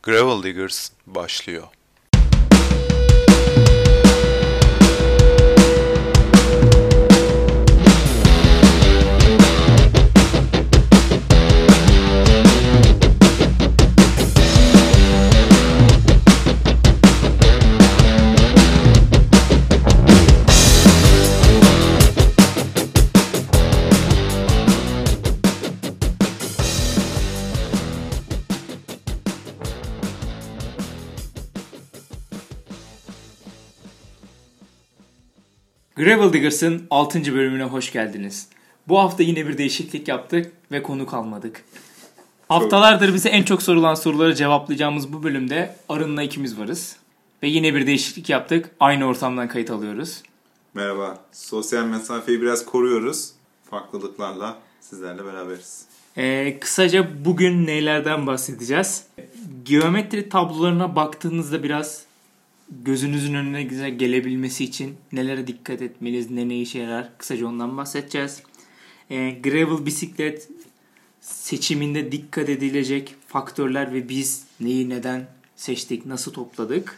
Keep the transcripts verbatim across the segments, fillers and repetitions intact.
Gravel Diggers başlıyor. Gravel Diggers'ın altıncı bölümüne hoş geldiniz. Bu hafta yine bir değişiklik yaptık ve konuk almadık. Haftalardır bize en çok sorulan soruları cevaplayacağımız bu bölümde Arın'la ikimiz varız. Ve yine bir değişiklik yaptık. Aynı ortamdan kayıt alıyoruz. Merhaba. Sosyal mesafeyi biraz koruyoruz. Farklılıklarla sizlerle beraberiz. Ee, kısaca bugün neylerden bahsedeceğiz? Geometri tablolarına baktığınızda biraz gözünüzün önüne güzel gelebilmesi için nelere dikkat etmeliyiz, ne ne işe yarar? Kısaca ondan bahsedeceğiz. Ee, gravel bisiklet seçiminde dikkat edilecek faktörler ve biz neyi neden seçtik, nasıl topladık?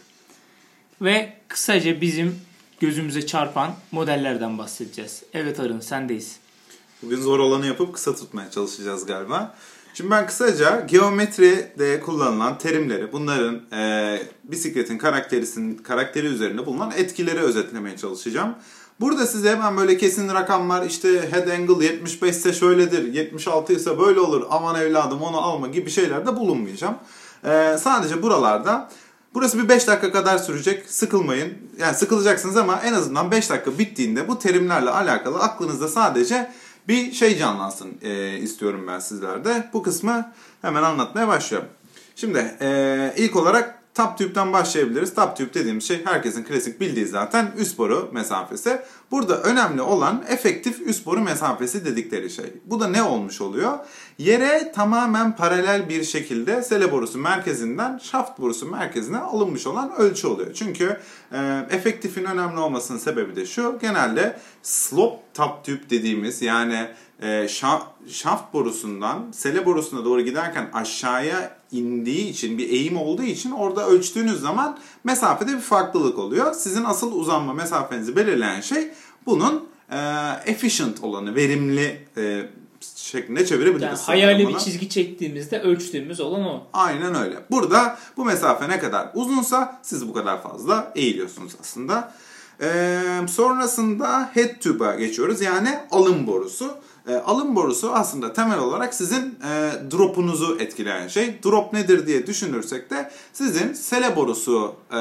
Ve kısaca bizim gözümüze çarpan modellerden bahsedeceğiz. Evet Arın, sendeyiz. Bugün zor olanı yapıp kısa tutmaya çalışacağız galiba. Şimdi ben kısaca geometride kullanılan terimleri, bunların e, bisikletin karakterisinin karakteri üzerinde bulunan etkileri özetlemeye çalışacağım. Burada size ben böyle kesin rakamlar, işte head angle yetmiş beş ise şöyledir, yetmiş altı ise böyle olur, aman evladım onu alma gibi şeylerde bulunmayacağım. E, sadece buralarda, burası bir beş dakika kadar sürecek, sıkılmayın. Yani sıkılacaksınız ama en azından beş dakika bittiğinde bu terimlerle alakalı aklınızda sadece bir şey canlansın e, istiyorum ben sizlerde. Bu kısmı hemen anlatmaya başlıyorum. Şimdi e, ilk olarak top tube'den başlayabiliriz. Top tube dediğimiz şey herkesin klasik bildiği zaten üst boru mesafesi. Burada önemli olan efektif üst boru mesafesi dedikleri şey. Bu da ne olmuş oluyor? Yere tamamen paralel bir şekilde sele borusu merkezinden şaft borusu merkezine alınmış olan ölçü oluyor. Çünkü e, efektifin önemli olmasının sebebi de şu. Genelde slope top tube dediğimiz, yani e, şaft borusundan sele borusuna doğru giderken aşağıya indiği için, bir eğim olduğu için orada ölçtüğünüz zaman mesafede bir farklılık oluyor. Sizin asıl uzanma mesafenizi belirleyen şey bunun e, efficient olanı, verimli e, şeklinde çevirebiliriz. Yani hayali bir çizgi çektiğimizde ölçtüğümüz olan o. Aynen öyle. Burada bu mesafe ne kadar uzunsa siz bu kadar fazla eğiliyorsunuz aslında. Ee, sonrasında head tube'a geçiyoruz. Yani alım borusu. Ee, alım borusu aslında temel olarak sizin e, drop'unuzu etkileyen şey. Drop nedir diye düşünürsek de sizin sele borusu, e,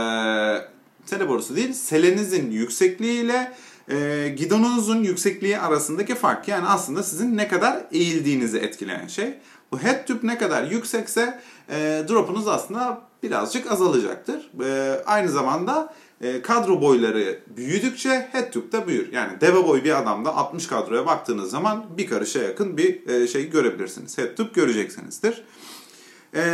sele borusu değil, selenizin yüksekliğiyle e, gidonunuzun yüksekliği arasındaki fark. Yani aslında sizin ne kadar eğildiğinizi etkileyen şey. Bu head tube ne kadar yüksekse e, drop'unuz aslında birazcık azalacaktır. E, aynı zamanda e, kadro boyları büyüdükçe head tube de büyür. Yani deve boy bir adamda altmış kadroya baktığınız zaman bir karışa yakın bir e, şey görebilirsiniz. Head tube göreceksinizdir. E,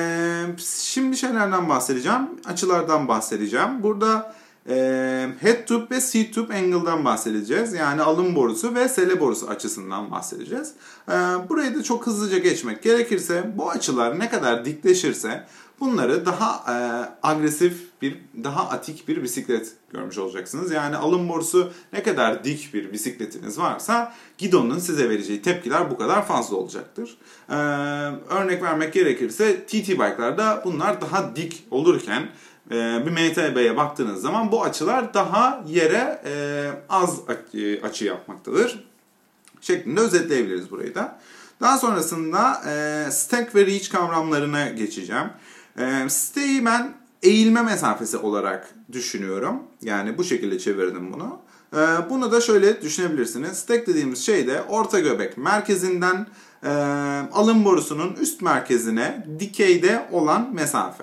şimdi şeylerden bahsedeceğim. Açılardan bahsedeceğim. Burada e, head tube ve seat tube angle'dan bahsedeceğiz. Yani alım borusu ve sele borusu açısından bahsedeceğiz. E, burayı da çok hızlıca geçmek gerekirse, bu açılar ne kadar dikleşirse bunları daha e, agresif bir, daha atik bir bisiklet görmüş olacaksınız. Yani alım borusu ne kadar dik bir bisikletiniz varsa gidonun size vereceği tepkiler bu kadar fazla olacaktır. E, örnek vermek gerekirse T T bike'larda bunlar daha dik olurken e, bir M T B'ye baktığınız zaman bu açılar daha yere e, az açı yapmaktadır. Şeklinde özetleyebiliriz burayı da. Daha sonrasında e, stack ve reach kavramlarına geçeceğim. E, stack'i ben eğilme mesafesi olarak düşünüyorum. Yani bu şekilde çevirdim bunu. E, bunu da şöyle düşünebilirsiniz. Stack dediğimiz şey de orta göbek merkezinden e, alım borusunun üst merkezine dikeyde olan mesafe.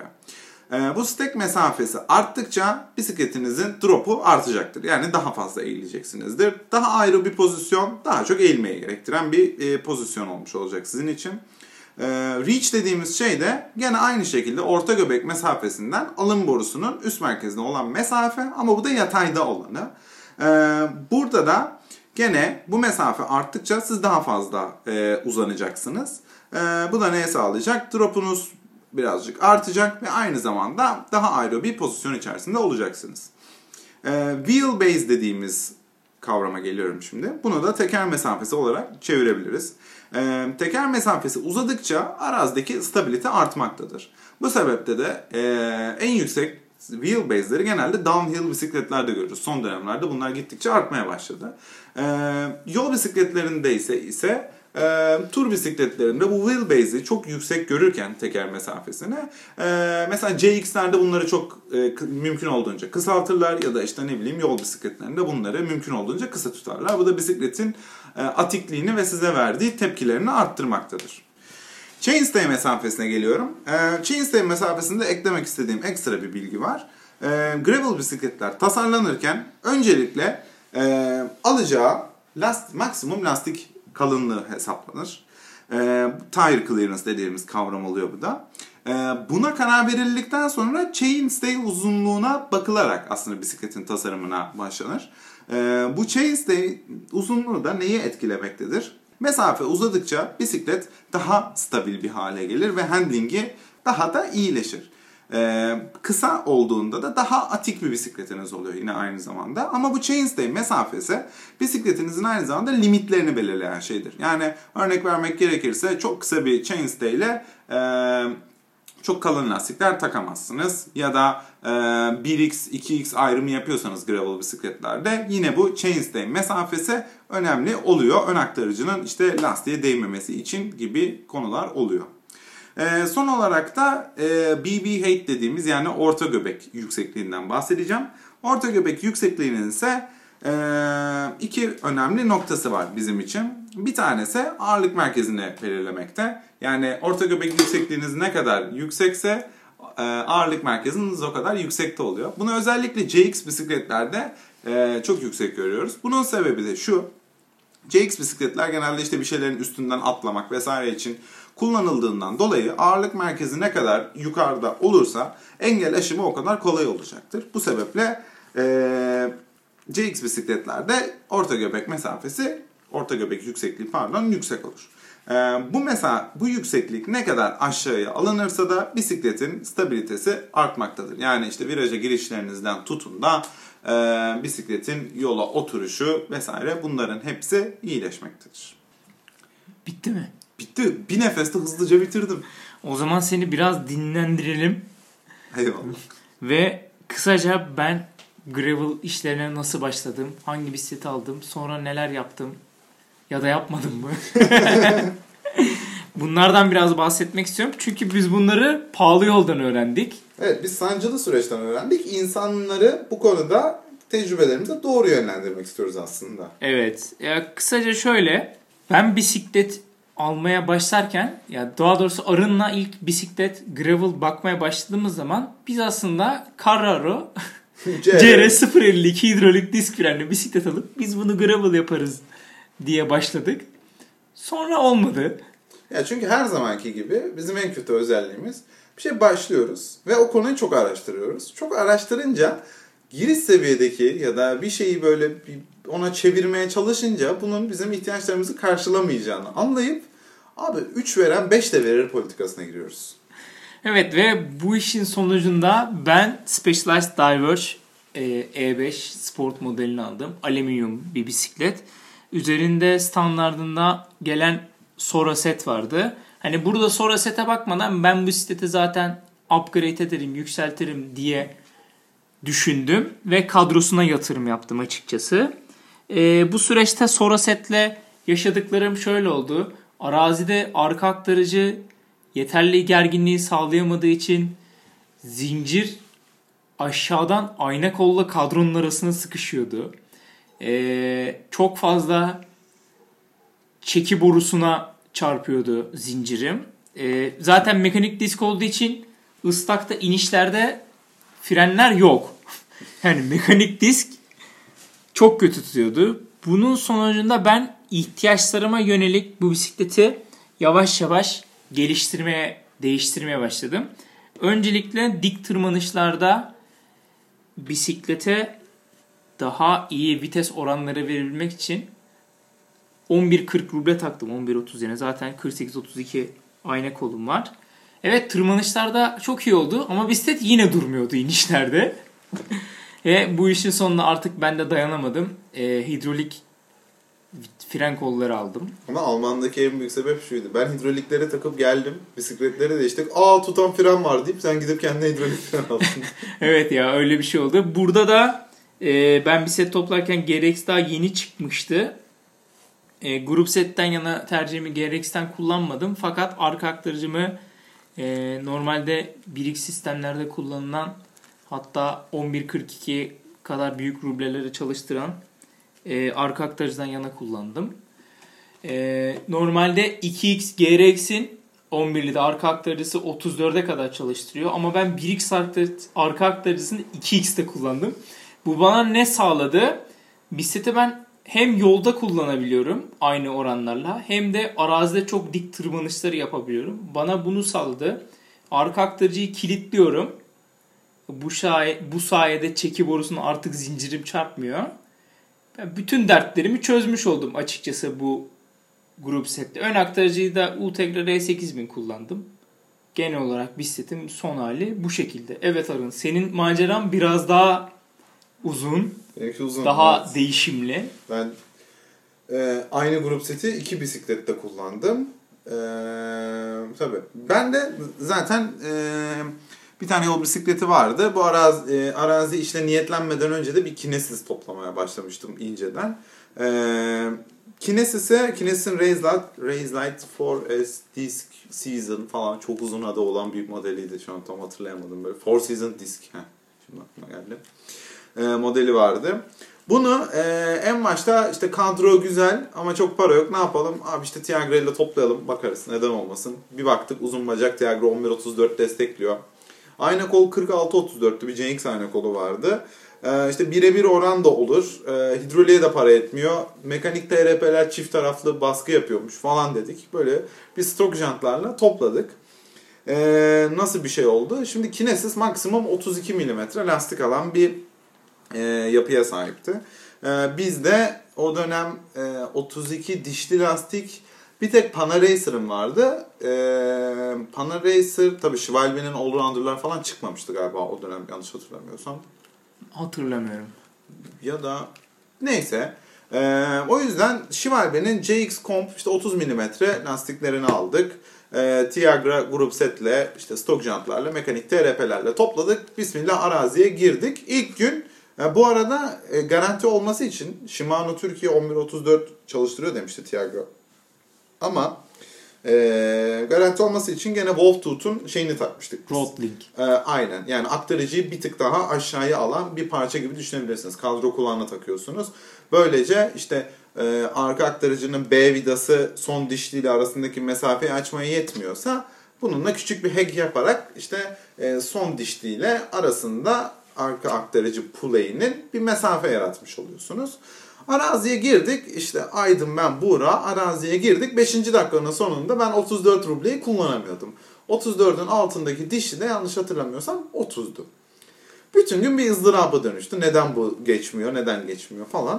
E, bu stack mesafesi arttıkça bisikletinizin drop'u artacaktır. Yani daha fazla eğileceksinizdir. Daha ayrı bir pozisyon, daha çok eğilmeyi gerektiren bir e, pozisyon olmuş olacak sizin için. E, reach dediğimiz şey de gene aynı şekilde orta göbek mesafesinden alım borusunun üst merkezine olan mesafe, ama bu da yatayda olanı. E, burada da gene bu mesafe arttıkça siz daha fazla e, uzanacaksınız. E, bu da neye sağlayacak? Drop'unuz birazcık artacak ve aynı zamanda daha ayrı bir pozisyon içerisinde olacaksınız. Ee, wheelbase dediğimiz kavrama geliyorum şimdi. Bunu da teker mesafesi olarak çevirebiliriz. Ee, teker mesafesi uzadıkça arazideki stabilite artmaktadır. Bu sebeple de e, en yüksek wheelbase'leri genelde downhill bisikletlerde görürüz. Son dönemlerde bunlar gittikçe artmaya başladı. Ee, yol bisikletlerinde ise ise e, tur bisikletlerinde bu wheelbase'i çok yüksek görürken teker mesafesini e, mesela C X'lerde bunları çok e, mümkün olduğunca kısaltırlar ya da işte ne bileyim yol bisikletlerinde bunları mümkün olduğunca kısa tutarlar. Bu da bisikletin e, atikliğini ve size verdiği tepkilerini arttırmaktadır. Chainstay mesafesine geliyorum. E, chainstay mesafesinde eklemek istediğim ekstra bir bilgi var. E, gravel bisikletler tasarlanırken öncelikle e, alacağı last, maksimum lastik kalınlığı hesaplanır. E, tire clearance dediğimiz kavram oluyor bu da. E, buna karar verildikten sonra chainstay uzunluğuna bakılarak aslında bisikletin tasarımına başlanır. E, bu chainstay uzunluğu da neyi etkilemektedir? Mesafe uzadıkça bisiklet daha stabil bir hale gelir ve handlingi daha da iyileşir. Ee, kısa olduğunda da daha atik bir bisikletiniz oluyor yine aynı zamanda. Ama bu chainstay mesafesi bisikletinizin aynı zamanda limitlerini belirleyen şeydir. Yani örnek vermek gerekirse çok kısa bir chainstay ile e, çok kalın lastikler takamazsınız. Ya da e, bir x iki x ayrımı yapıyorsanız gravel bisikletlerde yine bu chainstay mesafesi önemli oluyor. Ön aktarıcının işte lastiğe değmemesi için gibi konular oluyor. E, son olarak da e, B B height dediğimiz yani orta göbek yüksekliğinden bahsedeceğim. Orta göbek yüksekliğinin ise e, iki önemli noktası var bizim için. Bir tanesi ağırlık merkezini belirlemekte. Yani orta göbek yüksekliğiniz ne kadar yüksekse e, ağırlık merkeziniz o kadar yüksekte oluyor. Bunu özellikle C X bisikletlerde e, çok yüksek görüyoruz. Bunun sebebi de şu. C X bisikletler genelde işte bir şeylerin üstünden atlamak vesaire için kullanıldığından dolayı ağırlık merkezi ne kadar yukarıda olursa engel aşımı o kadar kolay olacaktır. Bu sebeple e, C X bisikletlerde orta göbek mesafesi, orta göbek yüksekliği pardon yüksek olur. E, bu mesela bu yükseklik ne kadar aşağıya alınırsa da bisikletin stabilitesi artmaktadır. Yani işte viraja girişlerinizden tutun da e, bisikletin yola oturuşu vesaire bunların hepsi iyileşmektedir. Bitti mi? Bitti. Bir nefeste hızlıca bitirdim. O zaman seni biraz dinlendirelim. Eyvallah. Ve kısaca ben gravel işlerine nasıl başladım, hangi bisikleti aldım, sonra neler yaptım ya da yapmadım mı? Bunlardan biraz bahsetmek istiyorum. Çünkü biz bunları pahalı yoldan öğrendik. Evet, biz sancılı süreçten öğrendik. İnsanları bu konuda tecrübelerimize doğru yönlendirmek istiyoruz aslında. Evet. Ya kısaca şöyle, ben bisiklet almaya başlarken, ya daha doğrusu Arın'la ilk bisiklet gravel bakmaya başladığımız zaman biz aslında Carraro C R sıfır elli iki hidrolik disk frenli bisiklet alıp biz bunu gravel yaparız diye başladık. Sonra olmadı. Ya çünkü her zamanki gibi bizim en kötü özelliğimiz bir şey başlıyoruz ve o konuyu çok araştırıyoruz. Çok araştırınca giriş seviyedeki ya da bir şeyi böyle bir ona çevirmeye çalışınca bunun bizim ihtiyaçlarımızı karşılamayacağını anlayıp abi üç veren beş de verir politikasına giriyoruz. Evet ve bu işin sonucunda ben Specialized Diverge E beş Sport modelini aldım. Alüminyum bir bisiklet. Üzerinde standardında gelen Sora set vardı. Hani burada Sora sete bakmadan ben bu bisikleti zaten upgrade ederim, yükseltirim diye düşündüm ve kadrosuna yatırım yaptım açıkçası. Ee, bu süreçte Sora setle yaşadıklarım şöyle oldu. Arazide arka aktarıcı yeterli gerginliği sağlayamadığı için zincir aşağıdan ayna kolla kadronun arasına sıkışıyordu. Ee, çok fazla çeki borusuna çarpıyordu zincirim. Ee, zaten mekanik disk olduğu için ıslakta inişlerde frenler yok. Yani mekanik disk çok kötü tutuyordu. Bunun sonucunda ben ihtiyaçlarıma yönelik bu bisikleti yavaş yavaş geliştirmeye, değiştirmeye başladım. Öncelikle dik tırmanışlarda bisiklete daha iyi vites oranları verebilmek için on bir kırk ruble taktım. on bir otuz yani zaten kırk sekiz otuz iki ayna kolum var. Evet, tırmanışlarda çok iyi oldu ama bisiklet yine durmuyordu inişlerde. Ve bu işin sonunda artık ben de dayanamadım. E, hidrolik fren kolları aldım. Ama Alman'daki en büyük sebep şuydu. Ben hidroliklere takıp geldim. Bisikletlere değiştik. Aa tutan fren var deyip sen gidip kendine hidrolik fren aldın. Evet ya, öyle bir şey oldu. Burada da e, ben bisiklet toplarken G R X daha yeni çıkmıştı. E, grup setten yana tercihimi G R X'ten kullanmadım. Fakat arka aktarıcımı e, normalde bir X sistemlerde kullanılan, hatta on bir kırk iki kadar büyük rubleleri çalıştıran e, arka aktarıcıdan yana kullandım. E, normalde iki X G R X'in on birli de arka aktarıcısı otuz dörde kadar çalıştırıyor. Ama ben bir X arka aktarıcısını iki X'te kullandım. Bu bana ne sağladı? Bisikleti ben hem yolda kullanabiliyorum aynı oranlarla, hem de arazide çok dik tırmanışları yapabiliyorum. Bana bunu sağladı. Arka aktarıcıyı kilitliyorum. Bu, şay- bu sayede çeki borusuna artık zincirim çarpmıyor. Ben bütün dertlerimi çözmüş oldum açıkçası bu grup sette. Ön aktarıcıyı da Ultegra R sekiz bin kullandım. Genel olarak bisikletin son hali bu şekilde. Evet Arın, senin maceran biraz daha uzun. Benimki uzun. Daha evet. değişimli. Ben e, aynı grup seti iki bisiklette kullandım. E, tabii. Ben de zaten e, bir tane yol bisikleti vardı. Bu arazi, e, arazi işte niyetlenmeden önce de bir Kinesis toplamaya başlamıştım inceden. E, Kinesis'e, Kinesis'in Race Light, Race Light four S Disc Season falan, çok uzun adı olan büyük modeliydi. Şu an tam hatırlayamadım böyle. four Season Disc. Heh, şimdi aklıma geldi. E, modeli vardı. Bunu e, en başta işte kadro güzel ama çok para yok. Ne yapalım? Abi işte Tiagra ile toplayalım. Bakarız. Neden olmasın? Bir baktık uzun bacak Tiagra on bir otuz dört destekliyor. Ayna kol kırk altı otuz dörttü. Bir C X ayna kolu vardı. E, işte birebir oran da olur. E, hidroliğe de para etmiyor. Mekanik T R P'ler çift taraflı baskı yapıyormuş falan dedik. Böyle bir stok jantlarla topladık. E, nasıl bir şey oldu? Şimdi Kinesis maksimum otuz iki milimetre lastik alan bir E, yapıya sahipti. E, biz de o dönem e, otuz iki dişli lastik, bir tek Panaracer'ım vardı. E, Panaracer tabii Schwalbe'nin Allrounder'lar falan çıkmamıştı galiba o dönem, yanlış hatırlamıyorsam. Hatırlamıyorum. Ya da neyse. E, o yüzden Schwalbe'nin C X Comp işte otuz milimetre lastiklerini aldık. E, Tiagra grup setle, işte stok jantlarla, mekanik T R P'lerle topladık. Bismillah araziye girdik. İlk gün e, bu arada e, garanti olması için Shimano Türkiye on bir otuz dört çalıştırıyor demişti Tiagra. Ama e, garanti olması için gene Wolftooth'un şeyini takmıştık. Roadlink. E, aynen. Yani aktarıcıyı bir tık daha aşağıya alan bir parça gibi düşünebilirsiniz. Kadro kulağına takıyorsunuz. Böylece işte e, arka aktarıcının B vidası son dişliyle arasındaki mesafeyi açmaya yetmiyorsa bununla küçük bir hack yaparak işte e, son dişliyle arasında arka aktarıcı pulley'inin bir mesafe yaratmış oluyorsunuz. Araziye girdik. İşte Aydın, ben, Buğra araziye girdik. beşinci dakikanın sonunda ben otuz dört rubleyi kullanamıyordum. otuz dördün altındaki dişli de yanlış hatırlamıyorsam otuzdu. Bütün gün bir ızdıraba dönüştü. Neden bu geçmiyor, neden geçmiyor falan.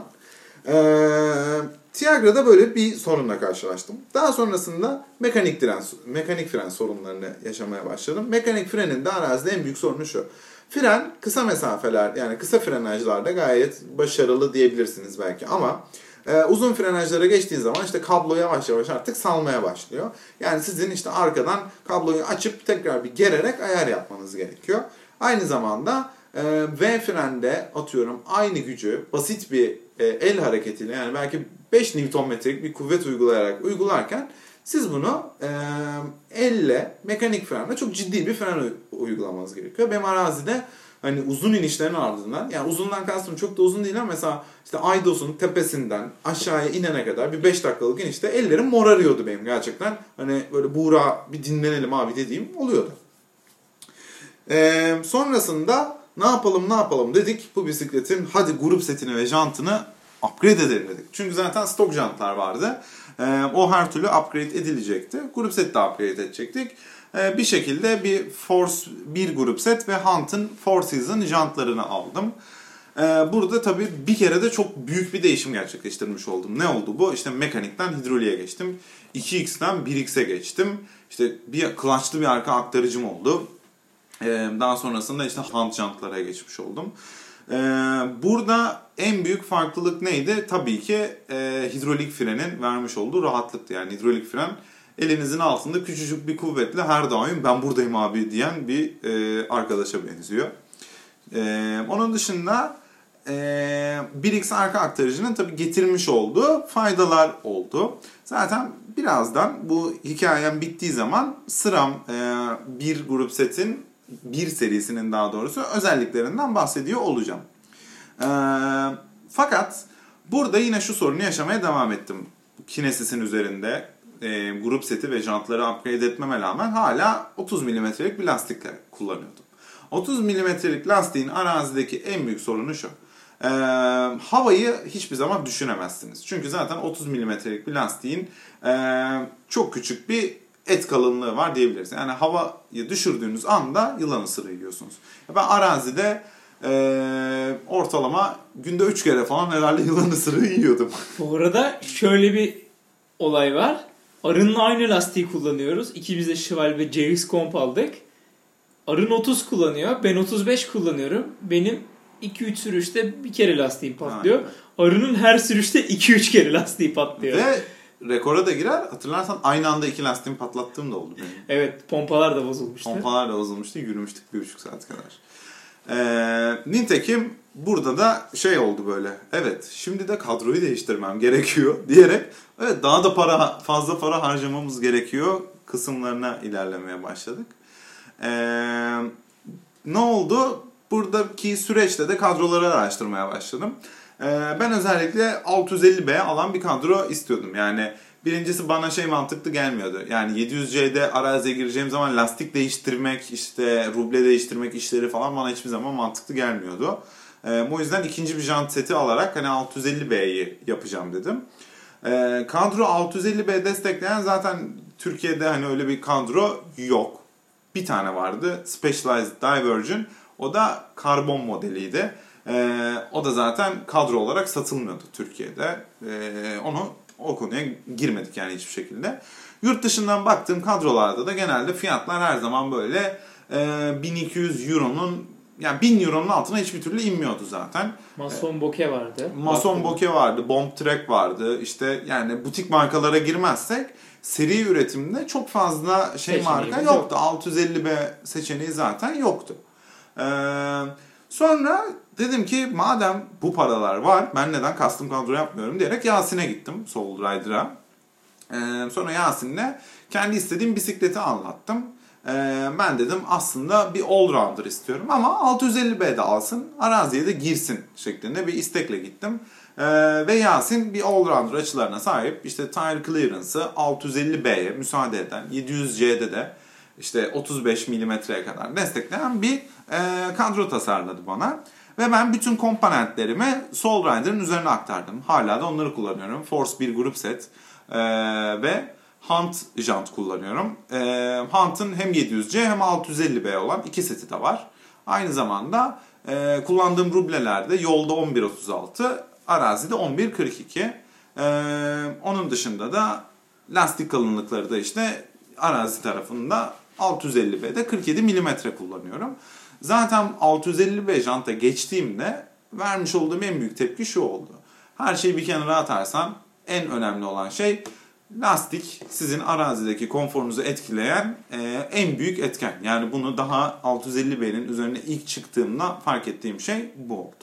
Ee, Tiagra'da böyle bir sorunla karşılaştım. Daha sonrasında mekanik fren, mekanik fren sorunlarını yaşamaya başladım. Mekanik frenin de arazide en büyük sorunu şu. Fren kısa mesafeler, yani kısa frenajlarda gayet başarılı diyebilirsiniz belki ama e, uzun frenajlara geçtiği zaman işte kablo yavaş yavaş artık salmaya başlıyor. Yani sizin işte arkadan kabloyu açıp tekrar bir gererek ayar yapmanız gerekiyor. Aynı zamanda e, V frende atıyorum aynı gücü basit bir e, el hareketiyle, yani belki beş Newton metrelik bir kuvvet uygulayarak uygularken siz bunu e, elle, mekanik frenle çok ciddi bir fren uygulamanız gerekiyor. Benim arazide hani uzun inişlerin ardından, yani uzundan kastım çok da uzun değil ama mesela işte Aydos'un tepesinden aşağıya inene kadar bir beş dakikalık inişte ellerim morarıyordu benim gerçekten. Hani böyle Buğra bir dinlenelim abi dediğim oluyordu. E, sonrasında ne yapalım ne yapalım dedik, bu bisikletin hadi grup setini ve jantını upgrade edelim dedik. Çünkü zaten stok jantlar vardı. Ee, o her türlü upgrade edilecekti. Grup set de upgrade edecektik. Ee, bir şekilde bir Force bir grup set ve Hunt'ın Four Season jantlarını aldım. Ee, burada tabii bir kere de çok büyük bir değişim gerçekleştirmiş oldum. Ne oldu bu? İşte mekanikten hidroliğe geçtim. iki x'ten bir x'e geçtim. İşte bir clutch'lı bir arka aktarıcım oldu. Ee, daha sonrasında işte hand jantlara geçmiş oldum. Ee, burada en büyük farklılık neydi? Tabii ki e, hidrolik frenin vermiş olduğu rahatlıktı. Yani hidrolik fren elinizin altında küçücük bir kuvvetle her daim ben buradayım abi diyen bir e, arkadaşa benziyor. E, onun dışında e, bir x arka aktarıcının tabii getirmiş olduğu faydalar oldu. Zaten birazdan bu hikayem bittiği zaman sıram e, bir grup setin bir serisinin daha doğrusu özelliklerinden bahsediyor olacağım. E, fakat burada yine şu sorunu yaşamaya devam ettim. Kinesis'in üzerinde e, grup seti ve jantları upgrade etmeme rağmen hala otuz milimetrelik bir lastikle kullanıyordum. otuz milimetrelik lastiğin arazideki en büyük sorunu şu. E, havayı hiçbir zaman düşünemezsiniz. Çünkü zaten otuz milimetrelik bir lastiğin e, çok küçük bir et kalınlığı var diyebiliriz. Yani havayı düşürdüğünüz anda yılan ısırığı yiyorsunuz. Ben arazide e, ortalama günde üç kere falan herhalde yılan ısırığı yiyordum. Bu arada şöyle bir olay var. Arın'ın aynı lastiği kullanıyoruz. İkimiz de Şival ve C X Comp aldık. Arın otuz kullanıyor. Ben otuz beş kullanıyorum. Benim iki üç sürüşte bir kere lastiğim patlıyor. Aynen. Arın'ın her sürüşte iki üç kere lastiği patlıyor. Ve rekora da girer. Hatırlarsan aynı anda iki lastiğimi patlattığım da oldu benim. Evet, pompalar da bozulmuştu. Pompalar da bozulmuştu. Yürümüştük bir buçuk saat kadar. Ee, nitekim burada da şey oldu böyle. Evet, şimdi de kadroyu değiştirmem gerekiyor diyerek evet daha da para fazla para harcamamız gerekiyor kısımlarına ilerlemeye başladık. Ee, ne oldu? Buradaki süreçte de kadroları araştırmaya başladım. Ee, ben özellikle altı yüz elli B alan bir kadro istiyordum. Yani birincisi bana şey mantıklı gelmiyordu. Yani yedi yüz C'de araziye gireceğim zaman lastik değiştirmek, işte ruble değiştirmek işleri falan bana hiçbir zaman mantıklı gelmiyordu. Ee, bu yüzden ikinci bir jant seti alarak hani altı yüz elli B'yi yapacağım dedim. Ee, kadro altı yüz elli B destekleyen zaten Türkiye'de hani öyle bir kadro yok. Bir tane vardı. Specialized Divergent. O da karbon modeliydi. Ee, o da zaten kadro olarak satılmıyordu Türkiye'de. Ee, onu o konuya girmedik yani hiçbir şekilde. Yurt dışından baktığım kadrolarda da genelde fiyatlar her zaman böyle e, bin iki yüz euronun yani bin euronun altına hiçbir türlü inmiyordu zaten. Mason Bokeh vardı. Mason Bokeh vardı, Bomb Track vardı. İşte yani butik markalara girmezsek seri üretimde çok fazla şey Seçeneğimiz marka yok. yoktu. altı yüz elli B seçeneği zaten yoktu. Ee, sonra dedim ki madem bu paralar var ben neden custom kadro yapmıyorum diyerek Yasin'e gittim, Soul Rider'a. Ee, sonra Yasin'le kendi istediğim bisikleti anlattım. Ee, ben dedim aslında bir all-rounder istiyorum ama altı yüz elli B'de alsın, araziye de girsin şeklinde bir istekle gittim. Ee, ve Yasin bir all-rounder açılarına sahip, işte tire clearance'ı altı yüz elli B'ye müsaade eden, yedi yüz C'de de işte otuz beş milimetreye kadar destekleyen bir e, kadro tasarladı bana. Ve ben bütün komponentlerimi Soul Rider'ın üzerine aktardım. Hala da onları kullanıyorum. Force bir grup set e, ve Hunt jant kullanıyorum. E, Hunt'ın hem yedi yüz C hem altı yüz elli B olan iki seti de var. Aynı zamanda e, kullandığım rublelerde yolda on bir otuz altı, arazide on bir kırk iki. E, onun dışında da lastik kalınlıkları da işte arazi tarafında altı yüz elli B'de kırk yedi milimetre kullanıyorum. Zaten altı yüz elli B janta geçtiğimde vermiş olduğum en büyük tepki şu oldu. Her şeyi bir kenara atarsan en önemli olan şey lastik sizin arazideki konforunuzu etkileyen e, en büyük etken. Yani bunu daha altı yüz elli B'nin üzerine ilk çıktığımda fark ettiğim şey bu oldu.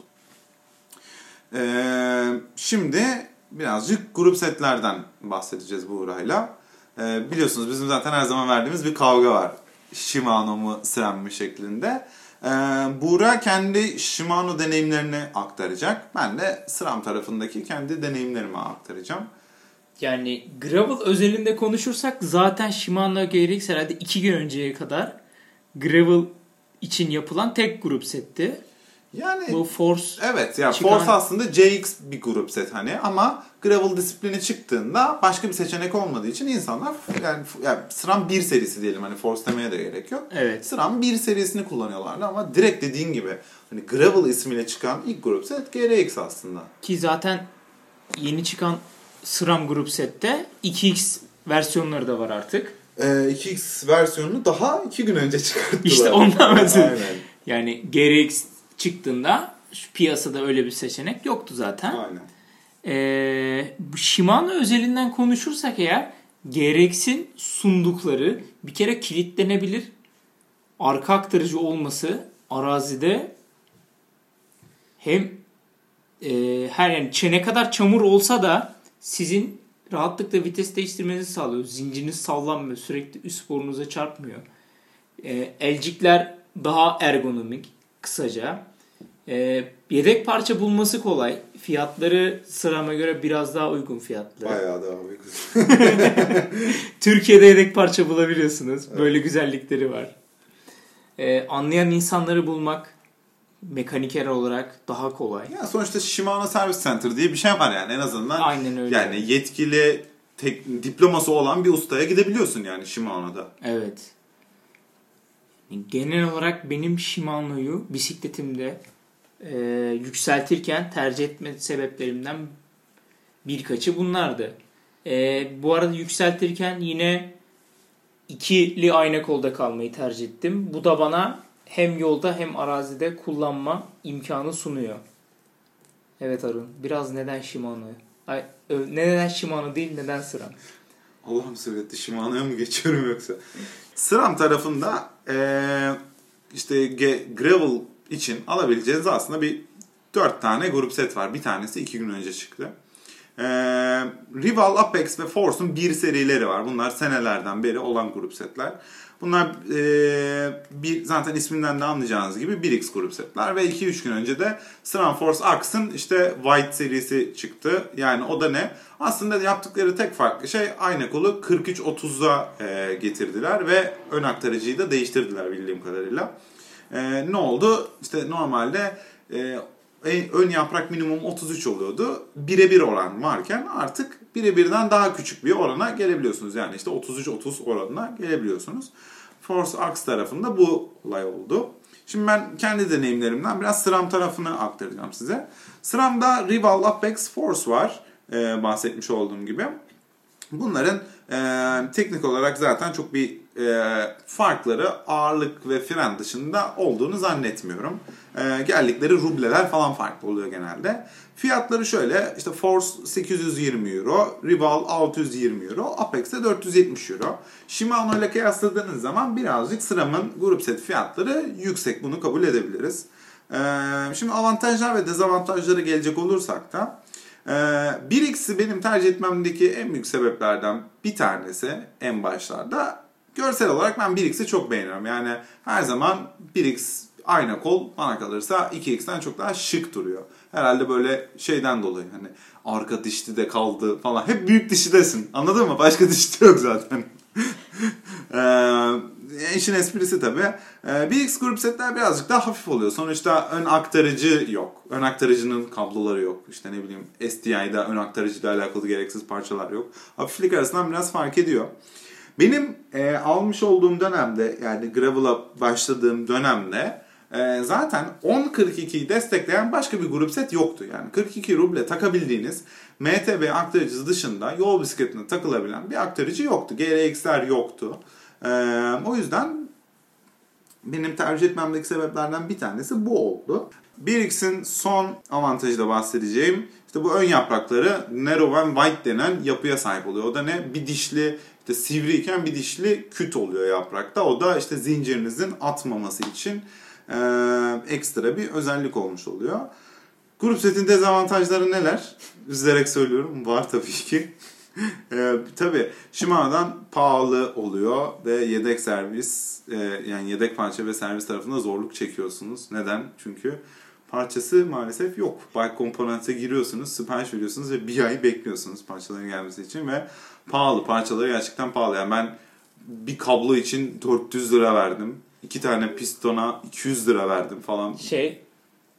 E, şimdi birazcık grup setlerden bahsedeceğiz bu Buğra'yla. E, biliyorsunuz bizim zaten her zaman verdiğimiz bir kavga var. Shimano mu SRAM mi şeklinde. Ee, Buğra kendi Shimano deneyimlerini aktaracak. Ben de SRAM tarafındaki kendi deneyimlerimi aktaracağım. Yani gravel özelinde konuşursak zaten Shimano G R X herhalde iki gün önceye kadar gravel için yapılan tek grup setti. Yani Bu Force evet ya çıkan... Force aslında C X bir grup set hani ama Gravel disiplini çıktığında başka bir seçenek olmadığı için insanlar yani, yani SRAM bir serisi diyelim hani Force demeye de gerek yok. Evet. SRAM bir serisini kullanıyorlardı ama direkt dediğin gibi hani Gravel ismiyle çıkan ilk grup set G R X aslında. Ki zaten yeni çıkan SRAM grup sette iki X versiyonları da var artık. Ee, iki X versiyonunu daha iki gün önce çıkarttılar. İşte ondan mesela. Aynen. Yani G R X çıktığında şu piyasada öyle bir seçenek yoktu zaten. Aynen. Ee, bu Shimano özelinden konuşursak eğer G R X'in sundukları bir kere kilitlenebilir arka aktarıcı olması arazide hem e, her yani çene kadar çamur olsa da sizin rahatlıkla vites değiştirmenizi sağlıyor. Zinciriniz sallanmıyor. Sürekli üst borunuza çarpmıyor. E, elcikler daha ergonomik. Kısaca. E, yedek parça bulması kolay. Fiyatları SRAM'a göre biraz daha uygun fiyatlı. Bayağı daha uygun. Türkiye'de yedek parça bulabiliyorsunuz. Evet. Böyle güzellikleri var. E, anlayan insanları bulmak mekaniker olarak daha kolay. Ya sonuçta Shimano Service Center diye bir şey var yani en azından. Aynen öyle. Yani yetkili tek, diploması olan bir ustaya gidebiliyorsun yani Shimano'da. Evet. Genel olarak benim Shimano'yu bisikletimde e, yükseltirken tercih etme sebeplerimden birkaçı bunlardı. E, bu arada yükseltirken yine ikili ayna kolda kalmayı tercih ettim. Bu da bana hem yolda hem arazide kullanma imkanı sunuyor. Evet Arun, biraz neden Shimano? Ay, neden Shimano değil, neden SRAM? Allah'ım söyletti, Shimano'ya mı geçiyorum yoksa? SRAM tarafında ee, işte G- Gravel için alabileceğiniz aslında bir dört tane grup set var. Bir tanesi iki gün önce çıktı. Ee, Rival, Apex ve Force'un bir serileri var. Bunlar senelerden beri olan grup setler. Bunlar e, bir, zaten isminden de anlayacağınız gibi bir X grup setler ve iki üç gün önce de SRAM Force Axe'ın işte White serisi çıktı. Yani o da ne? Aslında yaptıkları tek farklı şey ayna kolu kırk üç otuza e, getirdiler ve ön aktarıcıyı da değiştirdiler bildiğim kadarıyla. E, ne oldu? İşte normalde e, ön yaprak minimum otuz üç oluyordu. bire bir oran varken artık bire birden daha küçük bir orana gelebiliyorsunuz. Yani işte otuz üç otuz oranına gelebiliyorsunuz. Force Axe tarafında bu olay oldu. Şimdi ben kendi deneyimlerimden biraz SRAM tarafını aktaracağım size. SRAM'da Rival, Apex, Force var. Ee, bahsetmiş olduğum gibi. Bunların e, teknik olarak zaten çok bir e, farkları ağırlık ve fren dışında olduğunu zannetmiyorum. E, geldikleri rubleler falan farklı oluyor genelde. Fiyatları şöyle, işte Force sekiz yüz yirmi euro, Rival altı yüz yirmi euro, Apex de dört yüz yetmiş euro. Shimano ile kıyasladığınız zaman birazcık SRAM'ın grup set fiyatları yüksek, bunu kabul edebiliriz. E, şimdi avantajlar ve dezavantajları gelecek olursak da bir X'i benim tercih etmemdeki en büyük sebeplerden bir tanesi en başlarda görsel olarak ben bir X'i çok beğeniyorum. Yani her zaman bir X ayna kol bana kalırsa iki X'ten çok daha şık duruyor. Herhalde böyle şeyden dolayı hani arka dişli de kaldı falan. Hep büyük dişlidesin. Anladın mı? Başka dişli yok zaten. Ee, işin esprisi tabii. Ee, bir X grup setler birazcık daha hafif oluyor. Sonuçta ön aktarıcı yok. Ön aktarıcının kabloları yok. İşte ne bileyim S T I'da ön aktarıcıyla alakalı gereksiz parçalar yok. Hafiflik arasından biraz fark ediyor. Benim e, almış olduğum dönemde yani Gravel'a başladığım dönemde e, zaten on kırk ikiyi destekleyen başka bir grup set yoktu. Yani kırk iki ruble takabildiğiniz M T B aktarıcısı dışında yol bisikletine takılabilen bir aktarıcı yoktu. G R X'ler yoktu. E, o yüzden benim tercih etmemdeki sebeplerden bir tanesi bu oldu. bir X'in son avantajı da bahsedeceğim. İşte bu ön yaprakları narrow and wide denen yapıya sahip oluyor. O da ne? Bir dişli, işte sivriyken bir dişli küt oluyor yaprakta. O da işte zincirinizin atmaması için e, ekstra bir özellik olmuş oluyor. Grup setin dezavantajları neler? Üzülerek söylüyorum. Var tabii ki. e, tabii Shimano'dan pahalı oluyor ve yedek servis e, yani yedek parça ve servis tarafında zorluk çekiyorsunuz. Neden? Çünkü parçası maalesef yok. Bike Components'e giriyorsunuz, sipariş veriyorsunuz ve bir ay bekliyorsunuz parçaların gelmesi için ve pahalı. Parçaları gerçekten pahalı. Yani ben bir kablo için dört yüz lira verdim. İki tane pistona iki yüz lira verdim falan. Şey,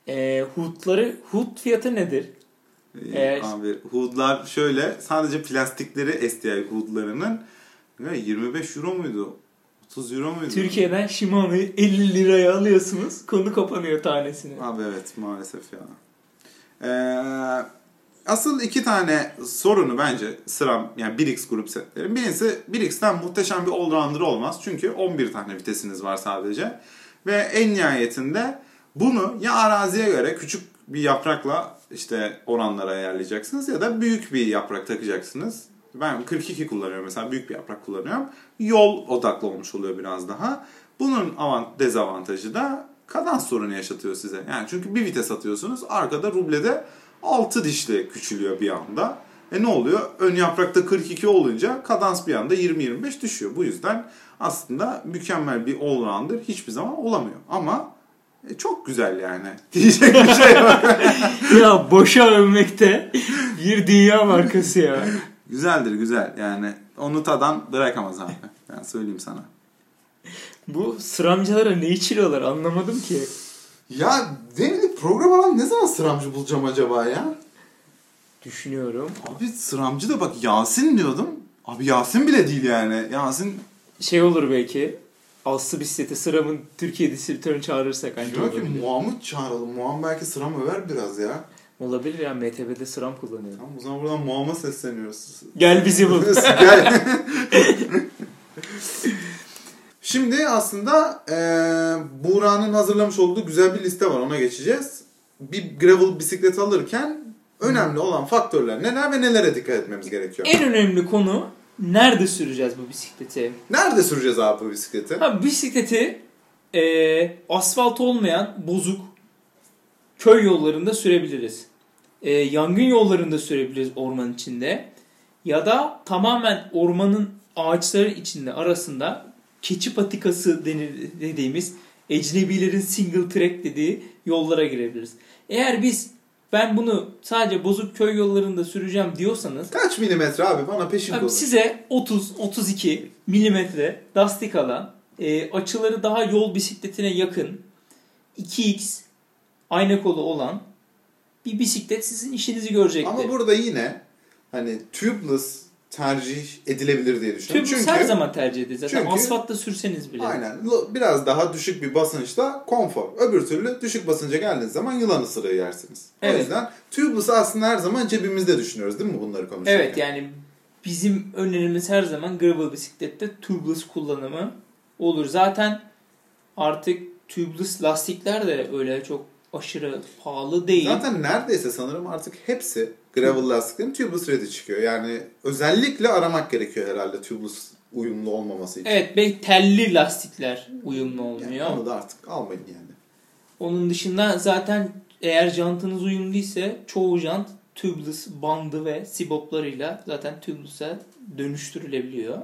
Ee, hood'ları, hood fiyatı nedir? Ee, Eğer- Abi hood'lar şöyle, sadece plastikleri S T I hood'larının yirmi beş euro muydu? otuz euro muydu? Türkiye'den Shimano'yu elli liraya alıyorsunuz. Konu kapanıyor tanesini. Abi evet, maalesef ya. Ee, asıl iki tane sorunu bence SRAM, yani bir X grup setlerin. Birincisi, bir X'ten muhteşem bir allrounder olmaz. Çünkü on bir tane vitesiniz var sadece. Ve en nihayetinde bunu ya araziye göre küçük bir yaprakla işte oranlara ayarlayacaksınız ya da büyük bir yaprak takacaksınız. Ben kırk iki kullanıyorum mesela, büyük bir yaprak kullanıyorum. Yol odaklı olmuş oluyor biraz daha. Bunun avant dezavantajı da kadans sorunu yaşatıyor size. Yani çünkü bir vites atıyorsunuz, arkada rublede altı dişli küçülüyor bir anda. E ne oluyor? Ön yaprakta kırk iki olunca kadans bir anda yirmi yirmi beş düşüyor. Bu yüzden aslında mükemmel bir allrounder hiçbir zaman olamıyor. Ama e, çok güzel yani. Diyecek bir şey yok. Ya boşa övmekte bir dünya markası ya. Güzeldir, güzel. Yani onu tadan bırakamaz abi. Ben söyleyeyim sana. Bu sıramcılara ne içiriyorlar anlamadım ki. Ya benim program alan ne zaman sıramcı bulacağım acaba ya? Düşünüyorum. Abi sıramcı da bak, Yasin diyordum. Abi Yasin bile değil yani. Yasin... Şey olur belki. Aslı bisikleti sıramın Türkiye distribütörünü çağırırsak anca Diyor ki olabilir. Muhammed çağıralım. Muhammed belki sıram över biraz ya. Olabilir ya, M T B'de sıram kullanıyor. Tamam, o zaman buradan Muhammed'a sesleniyoruz. Gel bizi bul. Gel. Şimdi aslında e, Buğra'nın hazırlamış olduğu güzel bir liste var. Ona geçeceğiz. Bir gravel bisiklet alırken önemli olan faktörler neler ve nelere dikkat etmemiz gerekiyor? En önemli konu, nerede süreceğiz bu bisikleti? Nerede süreceğiz abi bu bisikleti? Ha, bisikleti e, asfalt olmayan bozuk köy yollarında sürebiliriz. E, yangın yollarında sürebiliriz orman içinde. Ya da tamamen ormanın ağaçları içinde arasında keçi patikası denir, dediğimiz ecnebilerin single track dediği yollara girebiliriz. Eğer biz ben bunu sadece bozuk köy yollarında süreceğim diyorsanız Kaç milimetre abi? Bana peşin abi konuş. size otuz otuz iki milimetre lastik alan, e, açıları daha yol bisikletine yakın iki x ayna kolu olan bir bisiklet sizin işinizi görecektir. Ama burada yine hani tubeless tercih edilebilir diye düşünüyorum. Tubeless Çünkü her zaman tercih edilir. Zaten çünkü- asfaltta sürseniz bile. aynen biraz daha düşük bir basınçta konfor. Öbür türlü düşük basınca geldiğiniz zaman yılan ısırığı yersiniz. Evet. O yüzden tubeless'ı aslında her zaman cebimizde düşünüyoruz değil mi bunları konuşurken? Evet, yani bizim önerimiz her zaman gravel bisiklette tubeless kullanımı olur. Zaten artık tubeless lastikler de öyle çok aşırı pahalı değil. Zaten neredeyse sanırım artık hepsi gravel lastiklerin tubeless ready çıkıyor. Yani özellikle aramak gerekiyor herhalde tubeless uyumlu olmaması için. Evet, belki telli lastikler uyumlu olmuyor. Yani onu da artık almayın yani. Onun dışında zaten eğer jantınız uyumlu ise çoğu jant tubeless bandı ve siboplarıyla zaten tubeless'a dönüştürülebiliyor.